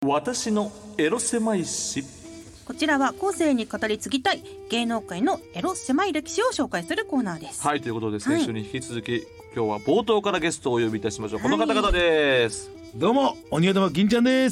私のエロ狭い詩。 こちらは後世に語り継ぎたい芸能界のエロ狭い歴史を紹介するコーナーです。 はい、ということで先週に引き続き、今日は冒頭からゲストをお呼びいたしましょう。この方々です。 どうも鬼頭銀ちゃんです。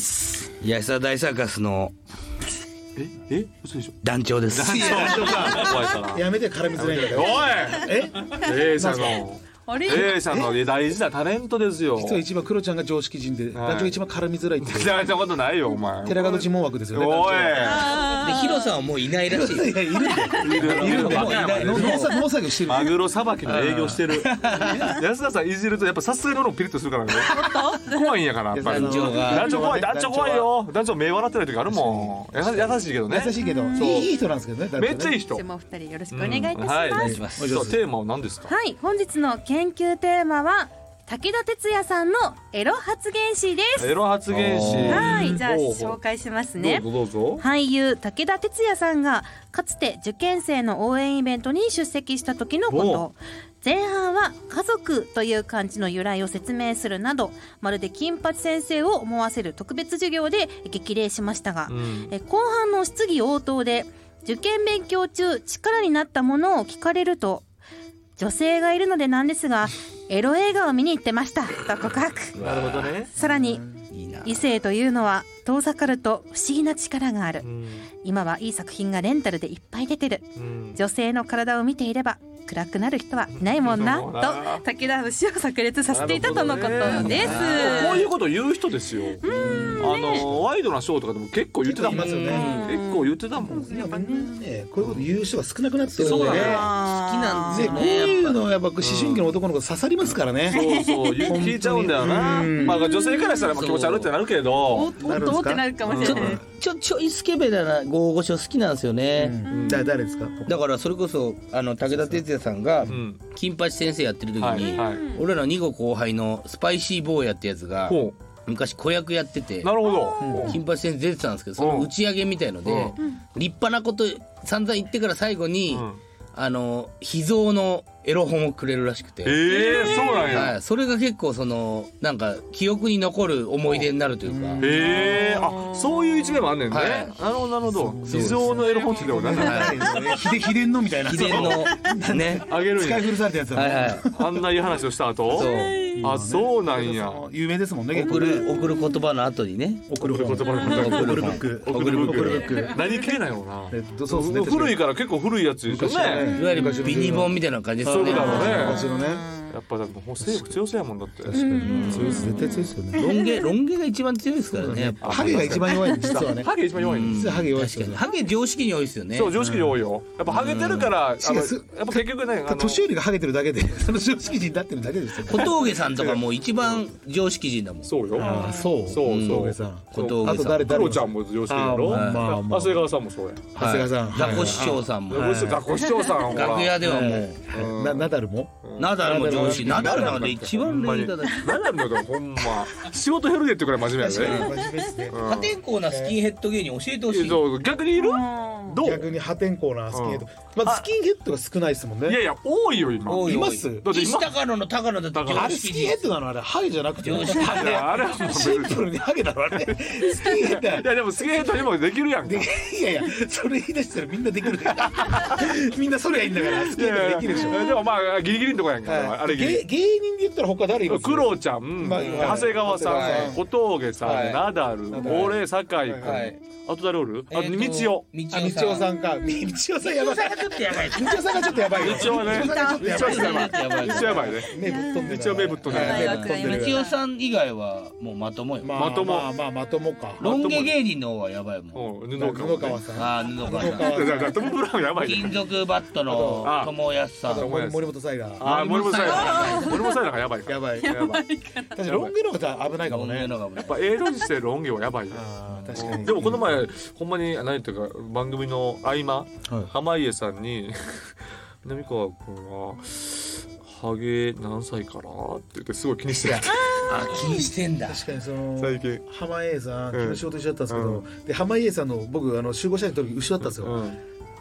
安田大サーカスの嘘でしょ。 団長です。 団長か怖いからやめて絡みづらいんだけど。 おいA さんのA さんの大事なタレントですよ。 実は一番クロちゃんが常識人で、団長が一番絡みづらいっていう。 そんなことないよお前。 寺門尋問枠ですよね。 おいでヒロさんはもういないらしい。 いやいるんだよ。いるんだよ。農作業してる。 マグロさばきの営業してる。安田さんいじるとやっぱさすがに俺もピリッとするからね。怖いんやからやっぱり。団長怖い。団長怖いよ。団長目笑ってない時あるもん。優しいけどね。 優しいけどいい人なんですけどね。 めっちゃいい人。 お二人よろしくお願いいたします。 テーマは何ですか。 はい、本日の研究テーマは武田鉄矢さんのエロ発言史です。 エロ発言史。 はい、じゃあ紹介しますね。 どうぞ。 俳優武田鉄矢さんがかつて受験生の応援イベントに出席した時のこと。前半は家族という漢字の由来を説明するなど、まるで金八先生を思わせる特別授業で激励しましたが、後半の質疑応答で受験勉強中力になったものを聞かれると、女性がいるのでなんですがエロ映画を見に行ってましたと告白。 なるほどね。 さらに異性というのは遠ざかると不思議な力がある。今はいい作品がレンタルでいっぱい出てる。女性の体を見ていれば暗くなる人はいないもんなと武田節を炸裂させていたとのことです。 こういうこと言う人ですよ。ワイドなショーとかでも結構言ってたもん。結構言ってたもん。 みんなねこういうこと言う人が少なくなってるんでね。 好きなんですよね。 こういうのはやっぱ思春期の男の子刺さりますからね。 そう聞いちゃうんだよな。まあ女性からしたら気持ち悪いってなるけど、 おっとってなるかもしれない。 ちょいスケベな大御所好きなんですよね。 誰ですか。 だからそれこそ武田鉄矢さんが金八先生やってる時に、俺ら2個後輩のスパイシー坊やってやつが昔子役やってて、 なるほど。 金八先生出てたんですけど、その打ち上げみたいので立派なこと散々言ってから最後に秘蔵のエロ本をくれるらしくて、 そうなんや。 はい、それが結構なんか記憶に残る思い出になるというか。 あ、そういう一面もあんねんね。なるほどなるほど。秘蔵のエロ本ってでもなんだ。 秘伝のみたいな。 秘伝のね。 あげるんや。 使い古されたやつだね。 あんないい話をした後。あ、そうなんや。 有名ですもんね。 送る言葉の後にね。 送る言葉の後に。送るブック。 何系なんやろうな。 そうですね。 古いから結構古いやつですよね。 いわゆるビニボンみたいな感じですよね。 そうだろうね。 昔のね。 やっぱ勢力強そうやもんだって。 確かに強いです。絶対強いですよね。 ロン毛が一番強いですからね。 ハゲが一番弱いんです実はね。 ハゲ一番弱いんです。 実はハゲ弱いです。 確かにハゲ常識に多いですよね。 そう常識に多いよ。やっぱハゲてるからやっぱ結局ね年寄りがハゲてるだけでその常識人になってるだけですよ。 小峠さんとかも一番常識人だもん。 そうよ。 そう小峠さん。 小峠さん。 あと誰クロちゃんも常識だろ。長谷川さんもそうや。 長谷川さん。 ザコ師匠さんも。 ザコ師匠さん。 楽屋ではもうナダルも常識。ナダルなんかで一番礼儀正しい。 ナダルのほんま仕事減るでってくらい真面目やね。 真面目ですね。 破天荒なスキンヘッド芸人教えてほしい。 逆にいる？どう？ 逆に破天荒なスキンヘッド。まずスキンヘッドが少ないですもんね。 いやいや多いよ今。 います。 岸高野の高野だってあれスキンヘッドなのあれハゲじゃなくて。 あれシンプルにハゲだろあれ。スキンヘッド。 いやでもスキンヘッドにもできるやんか。 いやいやそれ言い出したらみんなできる。みんなそれがいいんだからスキンヘッドできるでしょ。 でもまあギリギリのとこやんか。あれ芸人で言ったら他誰います？ クロちゃん、長谷川さん、小峠さん、ナダル、俺酒井君、あと誰おる？あとみちお。 みちおさんか。みちおさんやばい。 ちょっとやばい。 みちおさんがちょっとやばい。 みちおはね。みちおやばいね。みちお目ぶっ飛んでる。 みちおさん以外はもうまともよ。 まとも。 まあまともか。 ロン毛芸人の方はやばいもん。 布川さん。 ああ布川さん。 トム・ブラウンやばい。 金属バットの友安さん。 森本サイダー。 あ森本サイダーがやばい。 やばい。確かにロン毛の方危ないかもね。 やっぱエロにしてロン毛はやばいよ。 確かに。 でもこの前ほんまに何ていうか番組の合間濱家さんに南川君はハゲ何歳かなって言ってすごい気にしてる。 気にしてんだ。 確かに最近濱家さん昨日仕事一緒だったんですけど、で濱家さんの僕集合写真撮る時後ろだったんですよ。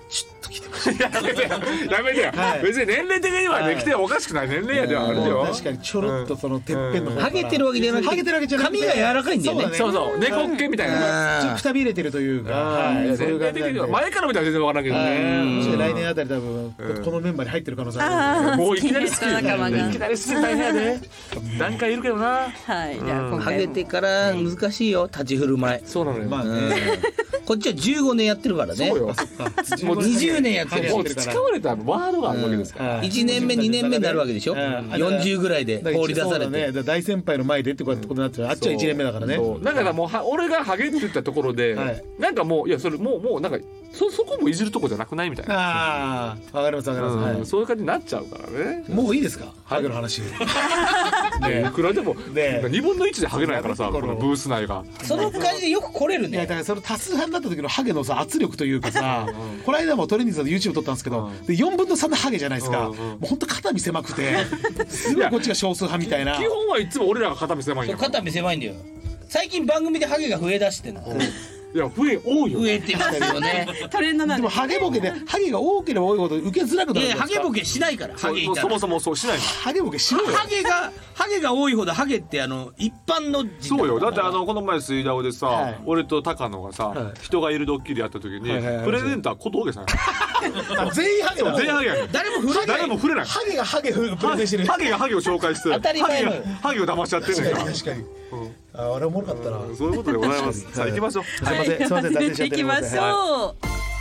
ちょっと来てました。 やめてよやめてよ、 はい別に年齢的にはね、来ておかしくない年齢やではあるよ。 確かにちょろっとそのてっぺんの方ハゲてるわけじゃなくてハゲてるわけじゃなくて髪が柔らかいんだよね。 そうそう猫っ毛みたいな、 ちょっとくたびれてるというか、はい、そういう感じなんで。 前から見たら全然わからんけどね、 もしかしたら来年あたり多分このメンバーに入ってる可能性ある。 もういきなり好き仲間がいきなり好き大変やで段階いるけどな。 はい、じゃあ今ハゲ回てから難しいよ立ち振る舞い。 そうなのよ、 まあね。 こっちは15年やってるからね。 そうよもう20年やってるもうよ。 培われたワードがあるわけですから、 1年目2年目になるわけでしょ。40ぐらいで放り出されて、 そうだね、だから大先輩の前でってことになってる。あっちは1年目だからね。 そうだからもう俺がハゲって言ったところで、 はいなんかもういやそれもうなんかそこもいじるとこじゃなくないみたいな、 ああ、わかりますわかります、はい。 そういう感じになっちゃうからね。 もういいですか、ハゲの話。 いくらでも、 ね 2分の1でハゲないからさ、 やめてこのブース内が。 その感じでよく来れるいやだね。 からその多数派になった時のハゲのさ圧力というかさ、この間もトレンディーズで YouTube 撮ったんですけど、で4分の3のハゲじゃないですか、もう本当肩身狭くてすごいこっちが少数派みたいな。 基本はいつも俺らが肩身狭いんやから。 肩身狭いんだよ。最近番組でハゲが増えだしてんの。 いや多いよ。 増えてますよね。 トレンドなんででもハゲボケでハゲが多ければ多いほど受けづらくなるじゃないですか。 ハゲボケしないから。ハゲいたらそもそもそうしないの。 ハゲボケしろよ。 ハゲが多いほどハゲって一般の時代そうよ。だってこの前水ダオでさ、 はい俺と高野がさ、 はい人がいるドッキリやった時に、 はいはいはいプレゼンター小峠さんあ全員ハゲだ。 全員ハゲやねん。 誰も触れない。 誰も触れない。 ハゲがハゲプレゼンしてる。 ハゲがハゲを紹介して当たり前のハゲを騙しちゃってんねんから。 確かに。あ、あれおもろかったな。 そういうことでございます。さあ行きましょう。 すいません、すいません、脱線しちゃって。 行きましょう。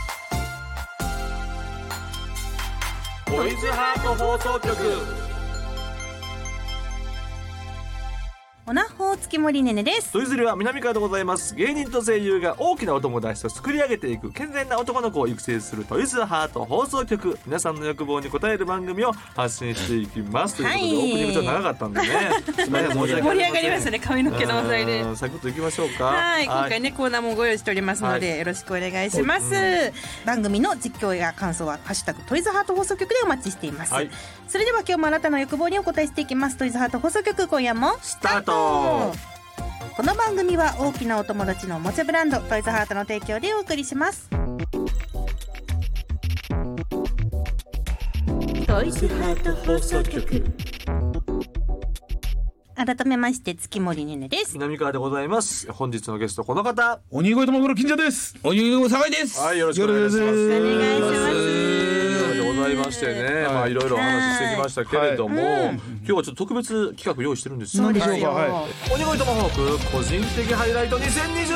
トイズハート放送局。 おなほ月森ねねです。 トイズリは南川でございます。芸人と声優が大きなお友達と作り上げていく健全な男の子を育成するトイズハート放送局。皆さんの欲望に応える番組を発信していきます、 はい、 ということでオープニングちょっと長かったんでね盛り上がりましたね、髪の毛の話題で。 サクッといきましょうか。 はい、今回ねコーナーもご用意しておりますので、よろしくお願いします、番組の実況や感想はハッシュタグトイズハート放送局でお待ちしています、それでは今日もあなたの欲望にお答えしていきます。トイズハート放送局、今夜もスタート。この番組は大きなお友達のおもちゃブランドトイズハートの提供でお送りします。トイズハート放送局、改めまして月森ねねです。 南川でございます。本日のゲストこの方、 鬼越トマホロ金城です。 鬼越酒井です。 はい、よろしくお願いします。 お願いします。 でございましてね、まあいろいろお話ししてきましたけれども、今日はちょっと特別企画用意してるんですよ。 そうですよ、 鬼越トマホーク個人的ハイライト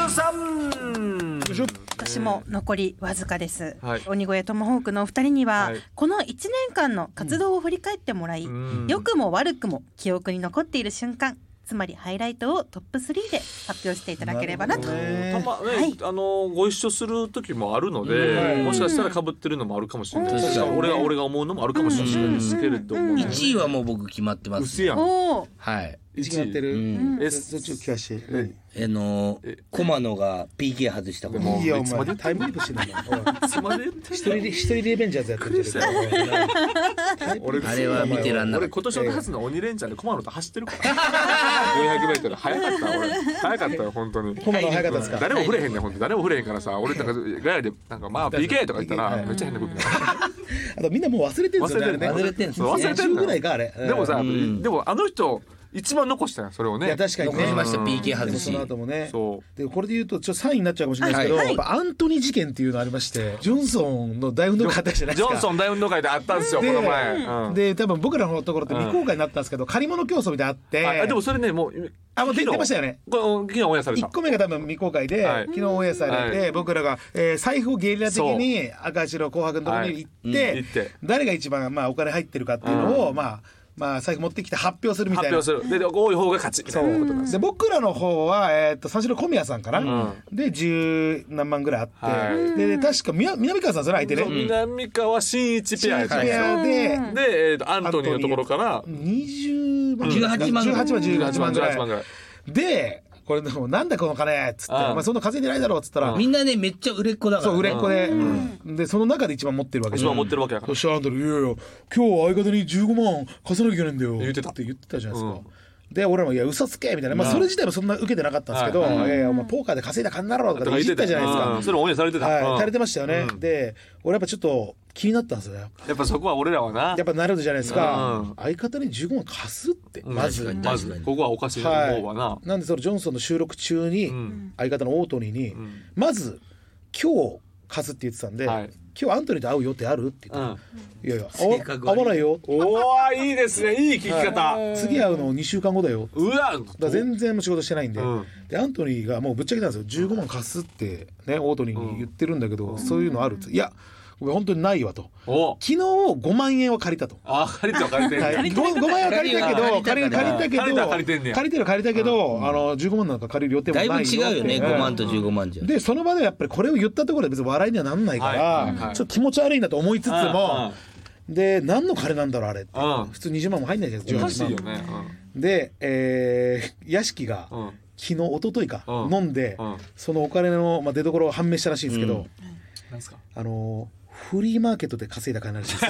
2023。 よいしょ。 今年も残りわずかです、 はい鬼越トマホークのお二人には、 はいこの1年間の活動を振り返ってもらい、良くも悪くも記憶に残っている瞬間、つまりハイライトをトップ3で発表していただければなと。 たまね、 はいご一緒する時もあるので、もしかしたら被ってるのもあるかもしれないし、俺が思うのもあるかもしれないですけれども、 1位はもう僕決まってます。 嘘やん。 おー、 はい。 一決まってる。そっちを聞かして。 駒野が PK 外したこと。 いいよお前タイムリープしてんだよ。 いつまで言って一人でベンジャーズやってるじゃん。 俺あれは見てらんなか俺った。 今年の初の鬼レンチャンで駒野と走ってるから400m 早かった。俺早かったよ本当に。 コマの早かったですか。 誰も触れへんねん本当。誰も触れへんからさ、俺なんかガヤでなんかまあ PK とか言ったらめっちゃ変な空気になる。 あとみんなもう忘れてるんですよね。 忘れてんの。 忘れてんのぐらいかあれ。 でもさ、でもあの人一番残したよそれをね。 いや確かにね。 残しました PK 外し。 その後もね。 そうでこれで言うとちょっと3位になっちゃうかもしれないですけど、 はいやっぱアントニー事件っていうのありまして、ジョンソンの大運動会あったじゃないですか。 ジョンソン大運動会であったんですよこの前。 で多分僕らのところって未公開になったんですけど、借り物競争みたいなのあって。 でもそれねもうもう出ましたよね。 昨日オンエアされた。 1個目が多分未公開で、昨日オンエアされて、僕らが、財布をゲリラ的に赤白紅白のところに行って、誰が一番お金入ってるかっていうのを財布持ってきて発表するみたいな。 発表する。で多い方が勝ちみたいなことなんです。 で僕らの方は三四郎小宮さんかな、で10何万ぐらいあって、で確か南川さんそれ相手ね。 南川真一ペアやったんペアで、 アントニーのところから 20万 18万 18万ぐらいで、これでもなんだこの金っつって、お前そんな稼いでないだろっつったら、 みんなねめっちゃ売れっ子だから。 そう売れっ子で、でその中で一番持ってるわけ。 一番持ってるわけやから。 そしたらアンドリー、いやいや今日相方に15万貸さなきゃいけないんだよ言ってたって言ってたじゃないですか。 で俺もいや嘘つけみたいな、まあそれ自体もそんな受けてなかったんですけど、お前ポーカーで稼いだ金だろうとかいじったじゃないですか。 それオンエアされてた。 されてましたよね。で俺やっぱちょっと気になったんですよね。 やっぱそこは俺らはな。 やっぱなるじゃないですか。相方に15万貸すってまずここはおかしいと思うわな。 なんでそのジョンソンの収録中に相方のオートニーにまず今日貸すって言ってたんで、今日アントニーと会う予定あるって言ったら、いやいや会わないよ。 おおいいですね、いい聞き方。 次会うの2週間後だよ。 うわだ全然仕事してないんで、でアントニーがもうぶっちゃけたんですよ。15万貸すってねオートニーに言ってるんだけど、そういうのあるって。いや本当にないわと。昨日5万円は借りたと。 借りてる。 5万円は借りたけど借りたけど15万なんか借りる予定もないよ。 だいぶ違うよね、5万と15万じゃ。 でその場でやっぱりこれを言ったところで別に笑いにはなんないから、ちょっと気持ち悪いなと思いつつも、で何の金なんだろうあれって。普通20万も入んないじゃないですか。18万。で屋敷が昨日一昨日か飲んでそのお金の出所が判明したらしいんですけど、フリーマーケットで稼いだ金らしいです。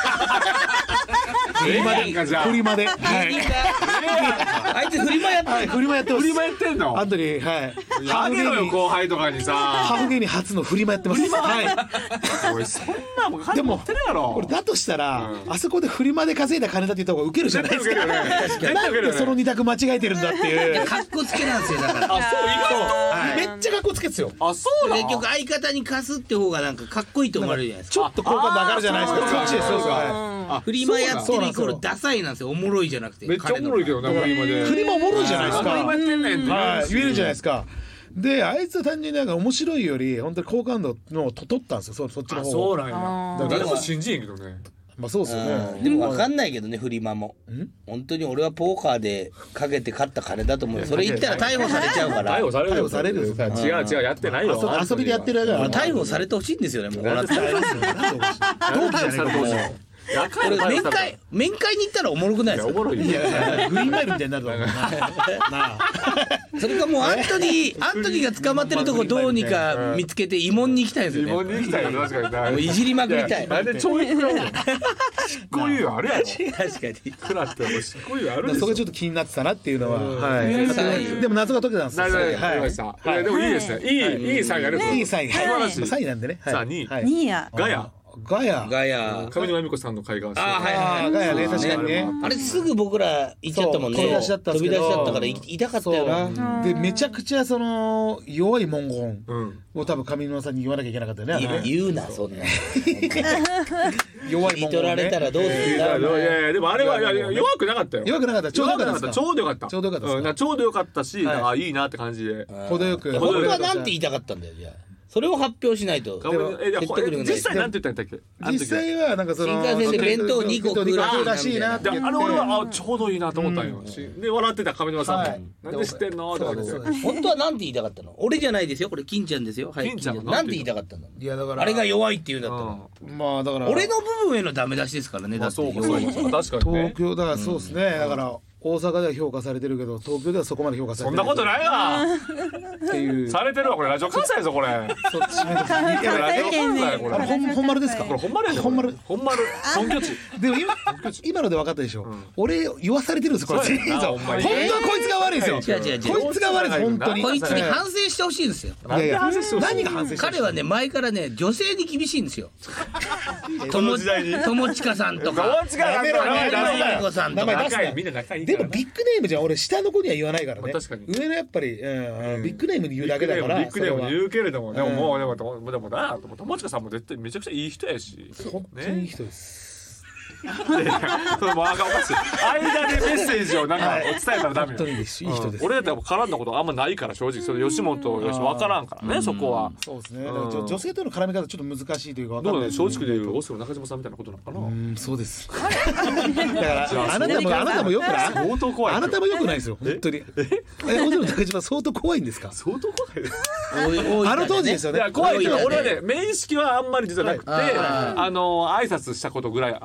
フリマで。 あいつフリマやってフリマやってます。 フリマやってんの？ アントニー、はい。 あげろよ後輩とかにさ。 ハーフ芸人初のフリマやってます。はい。 おいそんなもん金持ってるやろ。 これだとしたらあそこでフリマで稼いだ金だって言った方がウケるじゃないですか。なんでその2択間違えてるんだっていう。 かっこつけなんですよだから。 そうめっちゃかっこつけですよ。 そう結局相方に貸すって方がなんかかっこいいと思われるじゃないですか。 ちょっと好感度上がるじゃないですか。そうです。 フリマやってるイコールダサいなんですよ。おもろいじゃなくて。 めっちゃおもろいけどなフリマで。 フリマおもろいじゃないですか。 フリマやってんねんって言えるじゃないですか。であいつは単純になんか面白いより本当に好感度の取ったんですよ。そっちの方。 そうなんや。誰も信じんけどね。 まあそうですよね。 でも分かんないけどねフリマも。本当に俺はポーカーでかけて勝った金だと思う。それ言ったら逮捕されちゃうから。 逮捕される。違うやってないよ。 遊びでやってる間は逮捕されてほしいんですよね。もう同期じゃないか。面会に行ったらおもろくないですか。 おもろい。 グリーンマイルみたいになると思うな。 それかもうアントニーが捕まってるとこどうにか見つけて慰問に行きたいんですよね。 慰問に行きたいよ確かに。 もういじりまくりたい。 なんで懲役なの？執行猶予あるやろ。 確かに。 くらっても執行猶予あるでしょ。 そこがちょっと気になってたなっていうのは。でも謎が解けたんですよ。 はい。でもいいですね。いいサインある。 いいサイン。サインなんでね。 さあ2 位や。 ガヤ。 ガヤ上沼恵美子さんの会が。 はいガヤね確かにね。 あれすぐ僕ら行っちゃったもんね。 飛び出しだったんですけど。 飛び出しだったから痛かったよな。 でめちゃくちゃその弱い文言を多分上沼さんに言わなきゃいけなかったよね。 言うなそんな。 弱い文言。 取られたらどうするんだ。 いやでもあれは弱くなかったよ。 弱くなかった。ちょうどよかった。 ちょうどよかった。 ちょうどよかった。 ちょうどよかったし、いいなって感じで。 程よく。 本当はなんて言いたかったんだよじゃあ。それを発表しないと。 実際なんて言ったんだっけ。 実際はなんかその新幹線で弁当2個食うらしいなって。 俺はちょうどいいなと思ったんよ。で笑ってた上沼さんもなんで知ってんのとか言って。 本当はなんて言いたかったの。俺じゃないですよこれ金ちゃんですよ。 金ちゃんなんて言いたかったの。 いやだからあれが弱いって言うんだったら。 まあだから俺の部分へのダメ出しですからね。だってそうか確かにね。 東京だからそうですね。だから大阪では評価されてるけど東京ではそこまで評価されてる。 そんなことないわっていうされてるわこれラジオ関西ぞこれ。 そっちラジオ関西これ本丸ですか。 これ本丸やで。本丸本拠地。 でも今ので分かったでしょ。俺言わされてるんですこれ。本当はこいつが悪いんですよ。こいつが悪いです本当に。 こいつに反省してほしいんですよ。 何が反省してほしい。何が反省してほしい。 彼はね前からね女性に厳しいんですよ。 友近さんとか友近さんとか子さんとか。 みんな仲いい。 でもビッグネームじゃ俺下の子には言わないからね。 確かに上のやっぱりビッグネームに言うだけだから。 ビッグネームに言うけれどもでももうでもな友近さんも絶対めちゃくちゃいい人やし。 本当にいい人です。 その間でメッセージをなんか伝えたらダメよ。 本当にいい人です。 俺だったら絡んだことあんまないから正直それ吉本分からんからねそこは。 そうですね。女性との絡み方ちょっと難しいというか分かんない。 正直で言うオスロ中島さんみたいなことなのかな。 そうです。だからあなたもよくない。 相当怖い。 あなたもよくないですよ本当に。オスロ中島相当怖いんですか。 相当怖いです。 あの当時ですよね。 怖いけど俺はね面識はあんまり実はなくて挨拶したことぐらいあるんですけど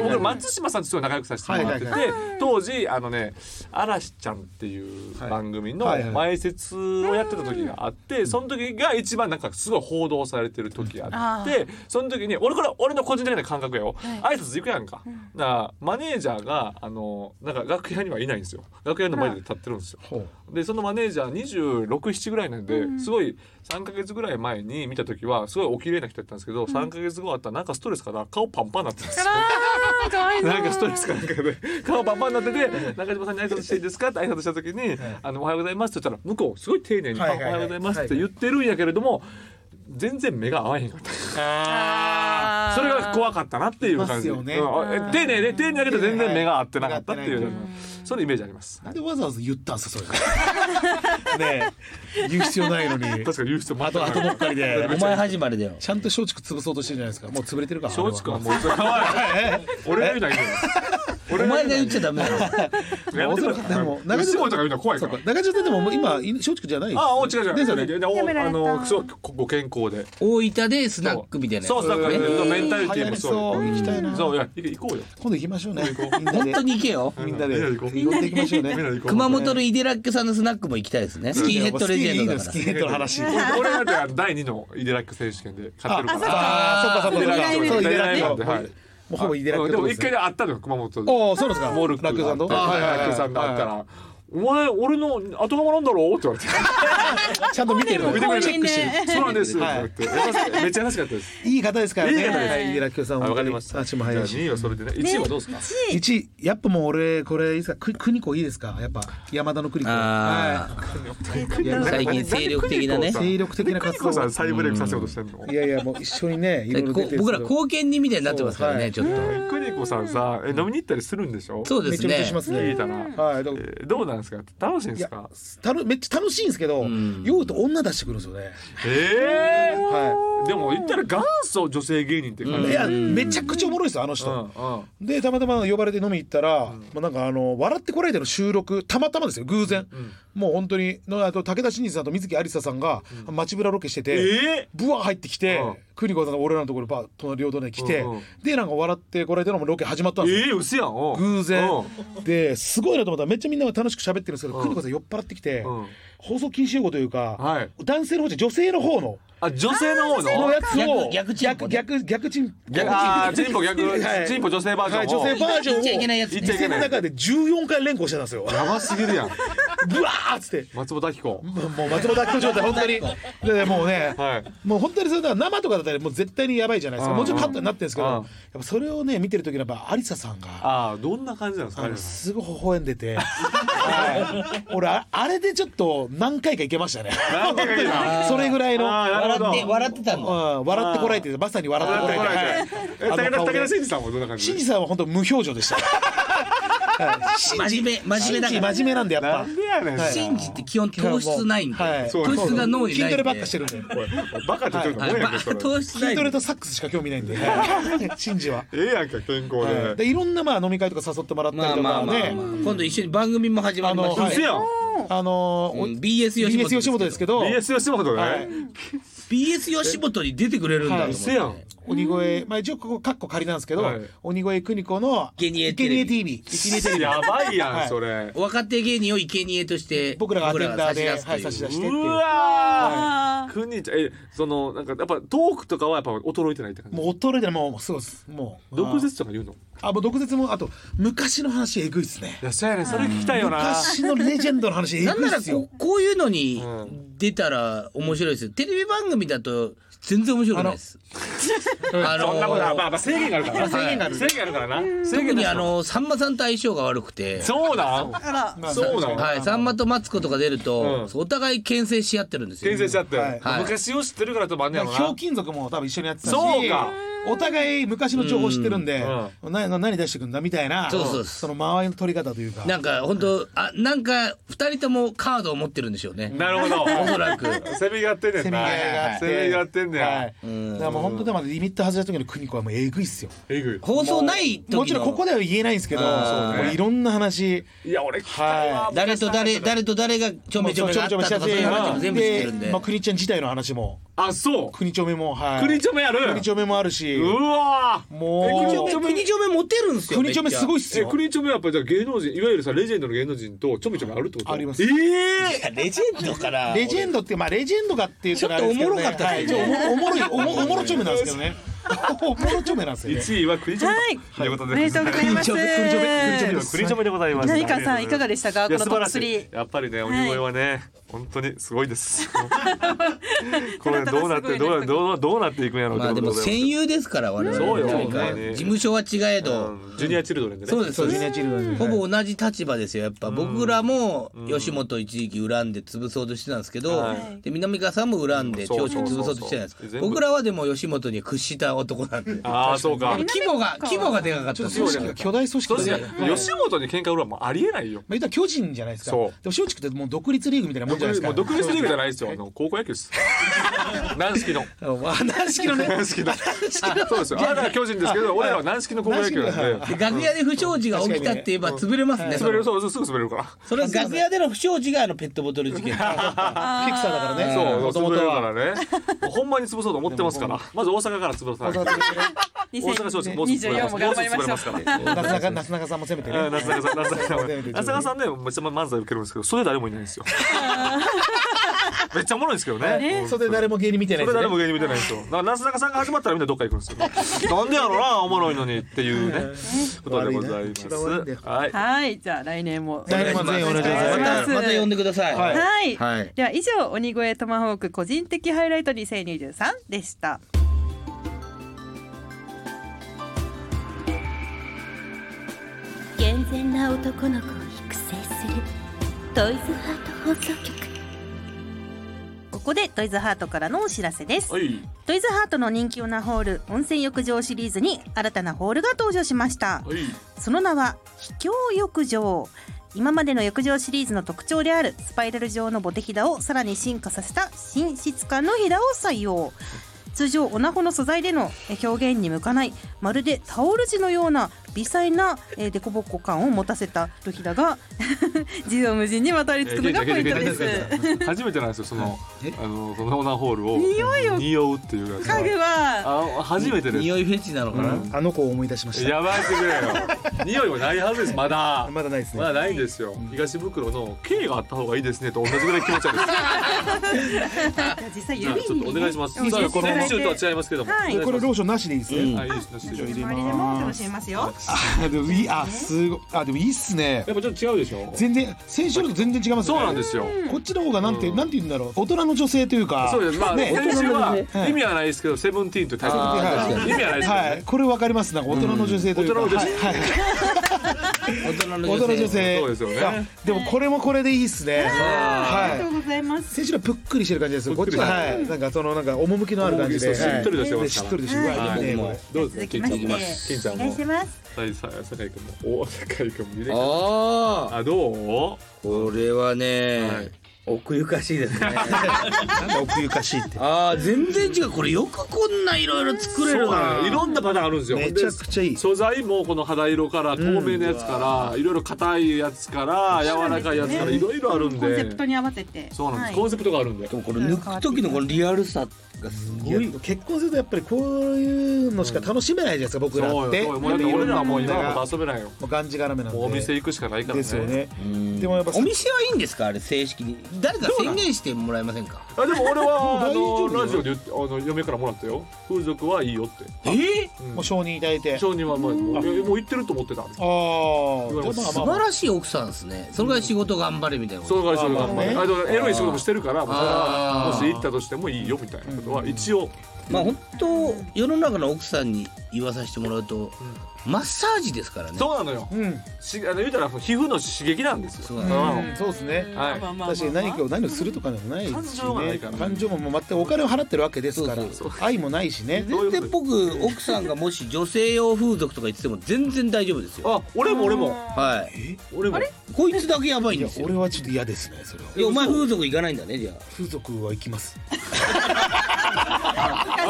僕松島さんとすごい仲良くさせてもらってて、当時嵐ちゃんっていう番組の前説をやってた時があって、その時が一番なんかすごい報道されてる時があって、その時に俺の個人的な感覚よ、挨拶行くやんか。だからマネージャーがなんか楽屋にはいないんですよ。楽屋の前で立ってるんですよ。でそのマネージャー26、7ぐらいなんで、すごい3ヶ月ぐらい前に見た時はすごいお綺麗な人だったんですけど、3ヶ月後あったらなんかストレスから顔パンパンになってるんですよ。なんかストレスかなんかで顔パンパンになってて、中島さんに挨拶していいですかって挨拶した時におはようございますって言ったら向こうすごい丁寧におはようございますって言ってるんやけれども、全然目が合わへんかった。それが怖かったなっていう感じ。丁寧だけど全然目が合ってなかったっていう、そのイメージあります。 なんでわざわざ言ったんすかそれ。ねえ言う必要ないのに。 確かに言う必要あとばっかりで。 お前始まりだよ。 ちゃんと松竹潰そうとしてるじゃないですか。もう潰れてるから。 松竹はもう俺が言うならいいのよ。 お前が言っちゃダメだよ。 でも中島とか言うのは怖いから。中島でも今松竹じゃない。 違うですよね。ご健康で。 大分でスナックみたいな。 そうメンタリティもそう。 行きたいな。 そう行こうよ。 今度行きましょうね。 本当に行けよ。 みんなで行きましょうね。 熊本のイデラックさんのスナックも行きたいですね。スキンヘッドレジェンドだから。 スキンヘッドの話。 俺だって第2のイデラック選手権で勝ってるから。 そうか。イデラック。もうほぼイデラック。 でも一回会ったのよ熊本で。 ああそうですか。 モルックラックさんと。 ラックさんが会ったら。お前俺の後釜なんだろうって言われてちゃんと見てるの見てくれチェックしてるそうなんですってめっちゃ優しかったですいい方ですからねいい方ですイデラックさんわかりました足も速いし 2位はそれでね1位はどうですか 1位やっぱもう俺これいいですか邦子いいですかやっぱ山田の邦子最近精力的なね精力的な活動さん再ブレイクさせようとしてんのいやもう一緒にねいろいろ僕ら貢献人みたいになってますからねちょっと邦子さんさ飲みに行ったりするんでしょそうですねめちゃめちゃしますね聞いたらどうなんですか楽しいんですかめっちゃ楽しいんですけど酔うと女出してくるんですよねでも言ったら元祖女性芸人って感じいやめちゃくちゃおもろいですよあの人でたまたま呼ばれて飲み行ったらなんか笑ってこられての収録たまたまですよ偶然もう本当に武田真治さんと水木有沙さんが街ブラロケしててブワー入ってきて邦子さんが俺らのところに隣両隣に来てでなんか笑ってこられてのもロケ始まったんですよ嘘やん偶然ですごいなと思ったらめっちゃみんなが楽しく喋ってるんですけど邦子さん酔っ払ってきて放送禁止用語というか男性の方じゃ女性の方の女性の方のやつを逆チンポチンポチンポ女性バージョン女性バージョンを言っちゃいけないやつ店の中で14回連呼してたんですよやばすぎるやんブワーっつって松本明子もう松本明子状態本当にでもうねもう本当にそれだ生とかだったらもう絶対にやばいじゃないですかもちろんカットになってるんですけどやっぱそれをね見てる時にやっぱ有沙さんがどんな感じなんですかすごい微笑んでて俺あれでちょっと何回かいけましたねそれぐらいの笑ってたの笑ってこられてまさに笑ってこられて武田真治さんはどんな感じ真治さんは本当無表情でした真面目だから真面目なんでやっぱ真治って基本糖質ないんで糖質が脳にないんで筋トレばっかしてるんでバカって言ってるのもんやんけ糖質ない筋トレとサックスしか興味ないんで真治はやんか健康でいろんな飲み会とか誘ってもらったりとかね今度一緒に番組も始まりました BS 吉本ですけど BS 吉本ね BS 吉本に出てくれるんだ鬼越一応ここカッコ仮なんですけど鬼越邦子の生贄 TV やばいやんそれ若手芸人を生贄として僕らがアテンダーで差し出してっていううわーくにちゃんそのなんかやっぱトークとかはやっぱ衰えてないって感じもう衰えてないもうそうですもう毒舌とか言うのもう毒舌もあと昔の話えぐいっすねいやそうやねそれ聞きたいよな昔のレジェンドの話えぐいっすよなんならこういうのに出たら面白いですよテレビ番組だと全然面白くないです。 そんなことは制限があるから制限があるからな特にさんまさんと相性が悪くてそうなんはいさんまとマツコとか出るとお互い牽制し合ってるんですよ牽制し合って昔を知ってるからともあんねやろなひょうきん族も多分一緒にやってたしそうかお互い昔の情報知ってるんで何出してくんだみたいなその間合いの取り方というかなんか本当なんか2人ともカードを持ってるんでしょうねなるほどおそらくせめぎ合ってんねんなせめぎ合ってんねやだからもう本当でもリミット外れた時の邦子はもうえぐいっすよえぐい放送ない時のもちろんここでは言えないんですけどいろんな話いや俺聞きたいわ誰と誰がちょめちょめがあったとかそういう話も全部知ってるんで邦ちゃん自体の話もあ、そう。 国チョメも、はい。 国チョメある。 国チョメもあるし。 うわもう国チョメモテるんですよ。 国チョメすごいっすよ。 国チョメはやっぱり芸能人、いわゆるさレジェンドの芸能人とちょめちょめあるってこと？ あります。 レジェンドからレジェンドってレジェンドかっていうとちょっとおもろかったですね。 おもろチョメなんですけどね。おもろチョメなんですよ。 1位は国チョメということで。 ありがとうございます。 国チョメでございます。 浪川さんいかがでしたか、このトップ3。 やっぱりね、鬼越はね、本当にすごいです。これどうなっていくんやろう。 まあでも戦友ですから我々。 そうよ。 事務所は違えど、 ジュニアチルドレンでね。 そうです。 ジュニアチルドレン。 ほぼ同じ立場ですよ。やっぱ僕らも吉本一時期恨んで潰そうとしてたんですけど、で南川さんも恨んで長州潰そうとしてたんです。僕らはでも吉本に屈した男なんで。 ああ、そうか。 規模がでかかった。 巨大組織で吉本に喧嘩売るはもうありえないよ。 言ったら巨人じゃないですか。でも松竹ってもう独立リーグみたいなもんじゃないですか。 独立リーグじゃないですよ。高校野球です。軟式の。 軟式のね。 軟式の。そうですよ。あれは巨人ですけど、俺らは軟式の高校野球なんで。 楽屋で不祥事が起きたって言えば潰れますね。 潰れる、そうすぐ潰れるから。 それは楽屋での不祥事がペットボトル事件。 ピクサーだからね。 そう、潰れるからね。ほんまに潰そうと思ってますから。まず大阪から潰さない。大阪松竹もう 24も頑張りましょう。 なすなかさんも攻めてね。 なすなかさんね、めっちゃ漫才受けるんですけど、それ誰もいないんですよ。めっちゃおもろいんですけどね。 それ誰も芸人見てない。 それ誰も芸人見てないんですよ。だからなすなかさんが始まったらみんなどっか行くんですよ。なんでやろな、おもろいのにっていうねことでございます。 はい、じゃあ来年もぜひお願いします。 また呼んでください。 はい。では以上、鬼越トマホーク個人的ハイライト2023でした。 健全な男の子を育成するトイズハート放送局。 ここでトイズハートからのお知らせです。 はい、 トイズハートの人気オナホール温泉浴場シリーズに新たなホールが登場しました。 はい、 その名は秘境浴場。今までの浴場シリーズの特徴であるスパイラル状のボテヒダをさらに進化させた新質感のヒダを採用。通常オナホの素材での表現に向かないまるでタオル地のような微細なデコボコ感を持たせたヒダが縦横無尽に渡りつくのがポイントです。 初めてなんですよ、そのオナホールを匂うっていうやつ。 家具は初めてです。 匂いフェチなのかな。 あの子を思い出しました。 やばいしてくれよ。匂いはないはずです。まだないですね。 まだないんですよ。東袋の K があった方がいいですねと同じぐらい気持ち悪いです。 実際指にちょっとお願いします。このシュートは違いますけども、 これローションなしでいいですね。 はい、いいです。 周りでも楽しめますよ。 でもいい、すごい。でもいいっすね。 やっぱちょっと違うでしょ。 全然先週のと全然違いますね。 そうなんですよ。 こっちの方がなんて言うんだろう、大人の女性というか。 そうです。まあ先週は意味はないですけど、セブンティーンというタイトル。意味はないです。 はい、これわかります。なんか大人の女性というか。大人の女性。 そうですよね。 でもこれもこれでいいっすね。 ありがとうございます。 先週はぷっくりしてる感じです。こっちはなんか趣のある感じで。 しっとりとしてますから。 しっとりとしてる。 どうですか、金ちゃんも。金ちゃんも。 お願いします。 酒井君も。酒井君も入れ。どう？ これはね、奥ゆかしいですね。 なんだ奥ゆかしいって。 全然違う。これよくこんないろいろ作れるな。 いろんなパターンあるんですよ。 めちゃくちゃいい。 素材もこの肌色から透明なやつからいろいろ硬いやつから柔らかいやつからいろいろあるんで。 コンセプトに合わせて。 そうなんです。コンセプトがあるんで。 でもこれ抜く時のこのリアルさがすごい。 結婚するとやっぱりこういうのしか楽しめないじゃないですか、僕らって。 俺らもう今は遊べないよ。 もうがんじがらめなんで。 お店行くしかないからね。 ですよね。でもやっぱお店はいいんですか、あれ正式に。誰か宣言してもらえませんか。 でも俺はラジオで嫁からもらったよ。風俗はいいよって。 もう承認いただいて。 承認はもう言ってると思ってた。 素晴らしい奥さんですね。それから仕事頑張れみたいな。 それから仕事頑張れ。エロい仕事もしてるから、もし行ったとしてもいいよみたいなことは一応。 まあ本当世の中の奥さんに言わさせてもらうと、マッサージですからね。 そうなのよ。言うたら皮膚の刺激なんですよ。 そうですね。確かに何をするとかでもないですしね。感情も全くお金を払ってるわけですから、愛もないしね。 全然僕奥さんがもし女性用風俗とか言ってても全然大丈夫ですよ。 俺もはい。俺もこいつだけやばいんですよ。 俺はちょっと嫌ですね、それは。 いや、お前風俗行かないんだね。じゃあ風俗は行きます。 めちゃく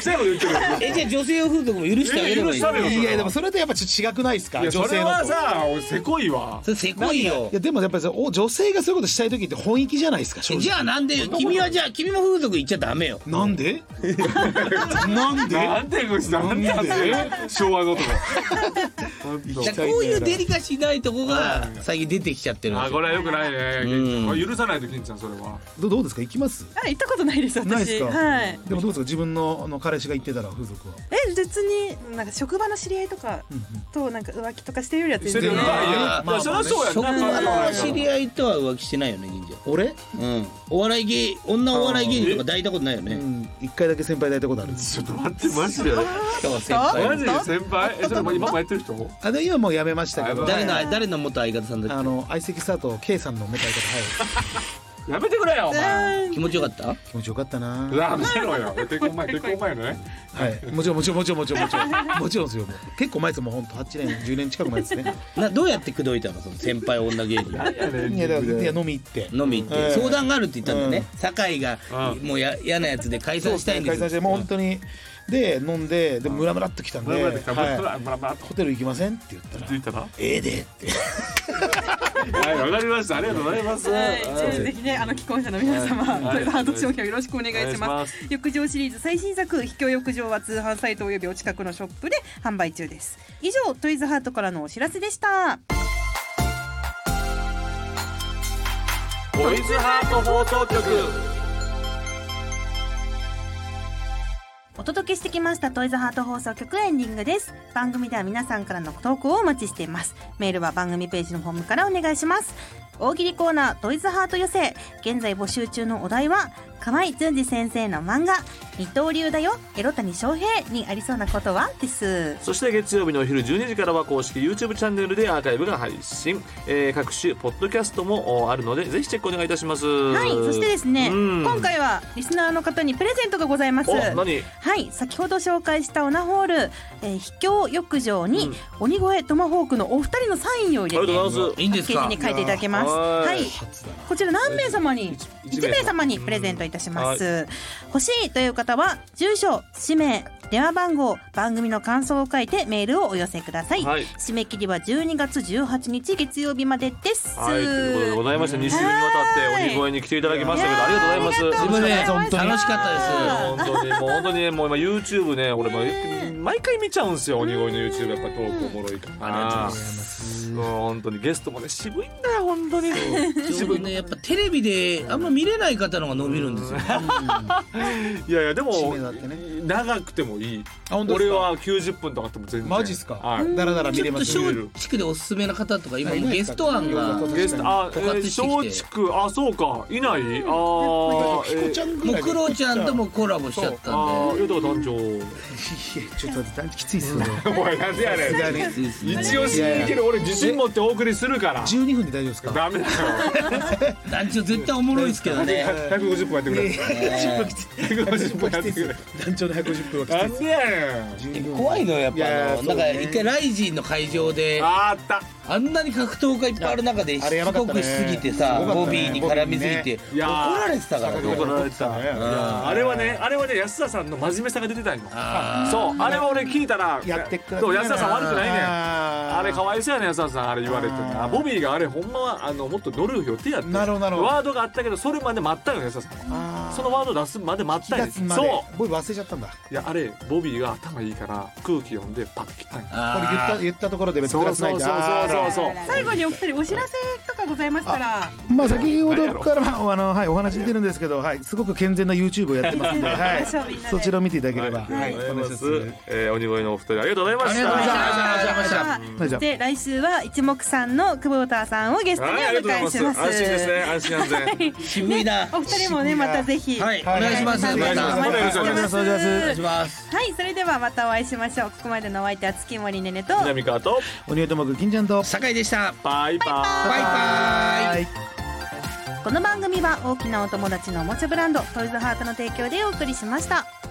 ちゃいこと言ってるよ。 じゃあ女性用風俗も許してあげればいい。 いやでもそれとやっぱちょっと違くないですか。 いやそれはさせこいわ。 それせこいよ。 いやでもやっぱり女性がそういうことしたい時って本意気じゃないですか。 じゃあなんで君はじゃあ君も風俗行っちゃダメよ。 なんでなんでなんで昭和のとか。 こういうデリカシーないとこが最近出てきちゃってる。 これはよくないね。許さないと金ちゃんそれは。 どうですか。行きます。 行ったことないです私。 ないですか。 はい。 でもどうですか。自分の彼氏が行ってたら風俗は。 別になんか職場の知り合いとかとなんか浮気とかしてるやつしてるよ。いやそれはそうやな。 職場の知り合いとは浮気してないよね銀ちゃん。 俺？ お笑い芸女お笑い芸人とか抱いたことないよね。 一回だけ先輩抱いたことある。 ちょっと待ってマジで。 先輩。 マジで先輩？それも今もやってる人？ 今もうやめましたけど。 誰の元相方さんだっけ？ 相席スタート K さんの元相方。 やめてくれよお前。 気持ちよかった？ 気持ちよかったな。 やめろよ。結婚前のね。 はい。もちろんですよ。結構前ですもん本当8年10年近く前ですね。 どうやって口説いたのその先輩女芸人？ いや飲み行って相談があるって言ったんだね。酒井がもう嫌なやつで解散したいんです。 解散してもう本当に。で飲んでムラムラっと来たんでホテル行きませんって言ったらでってはいわかりました。ありがとうございます。 ぜひね既婚者の皆様トイズハート商品をよろしくお願いします。浴場シリーズ最新作秘境浴場は通販サイトおよびお近くのショップで販売中です。以上トイズハートからのお知らせでした。 トイズハート放送局。 お届けしてきましたトイズハート放送局エンディングです。番組では皆さんからの投稿をお待ちしています。メールは番組ページのフォームからお願いします。大喜利コーナートイズハート寄せ、現在募集中のお題は河合淳二先生の漫画二刀流だよエロ谷翔平にありそうなことはです。 そして月曜日のお昼12時からは公式 YouTube チャンネルでアーカイブが配信、各種ポッドキャストもあるのでぜひチェックお願いいたします。 はい。そしてですね、今回はリスナーの方にプレゼントがございます。 何？ はい、先ほど紹介したオナホール、秘境浴場に鬼越トマホークのお二人のサインを入れてパッケージに書いていただけます。はい、こちら何名様に1名様にプレゼントいたします。欲しいという方は住所、氏名、電話番号、番組の感想を書いてメールをお寄せください。締め切りは12月18日月曜日までです。 はい、ということでございまして2週にわたって鬼越に来ていただきましたけどありがとうございます。 自分ね本当に楽しかったです。 本当にもう今 YouTube ね俺毎回見ちゃうんですよ。鬼越の YouTube やっぱトークおもろいから。ありがとうございます。本当にゲストもね渋いんだよ本当に。 自分ねやっぱテレビであんま見れない方のが伸びるんですよ。 いやでも長くてもいい。俺は90分とかあっても全然。 マジっすか。だらだら見れます。 ちょっと松竹でおすすめな方とか今もゲスト案が松竹そうかいない。もクロちゃんともコラボしちゃったんで。 団長。 ちょっと団長きついっすね。 お前なんでやねん。一応信じる俺自信持ってお送りするから。 12分で大丈夫ですか。 ダメだよ。 団長絶対おもろいですけどね。 150分やってくれ。150分やってくれ。 団長の150分はきつい。 なんでやねん。 怖いのやっぱなんか一回ライジンの会場であんなに格闘家いっぱいある中でしつこくしすぎてさボビーに絡みすぎて怒られてたからね。 怒られてた。あれはね安田さんの真面目さが出てたんよ。そうあれは俺聞いたらそう安田さん悪くないねん。あれかわいそうやね安田さんあれ言われてた。ボビーがあれほんまはもっと乗る予定やったワードがあったけどそれまで待ったよ安田さんは。そのワード出すまで待ったんです。そうボビー忘れちゃったんだ。 いやあれボビーが頭いいから空気読んでパッと切ったんよ。 これ言ったところで別にプラスないんだ。 そう最後にお二人お知らせとかございましたら。 まあ先ほどからお話出てるんですけどすごく健全な YouTube をやってますんでそちらを見ていただければ。 鬼越のお二人ありがとうございました。 そして来週は一目散の久保田さんをゲストにお迎えします。 安心ですね安心安全。 渋いな。 お二人もねまたぜひお願いします。 お願いします。 はいそれではまたお会いしましょう。ここまでのお相手は月森ねねと南川と鬼越トマク金ちゃんと酒井でした。 バイバイ。 この番組は大きなお友達のおもちゃブランドトイズハートの提供でお送りしました。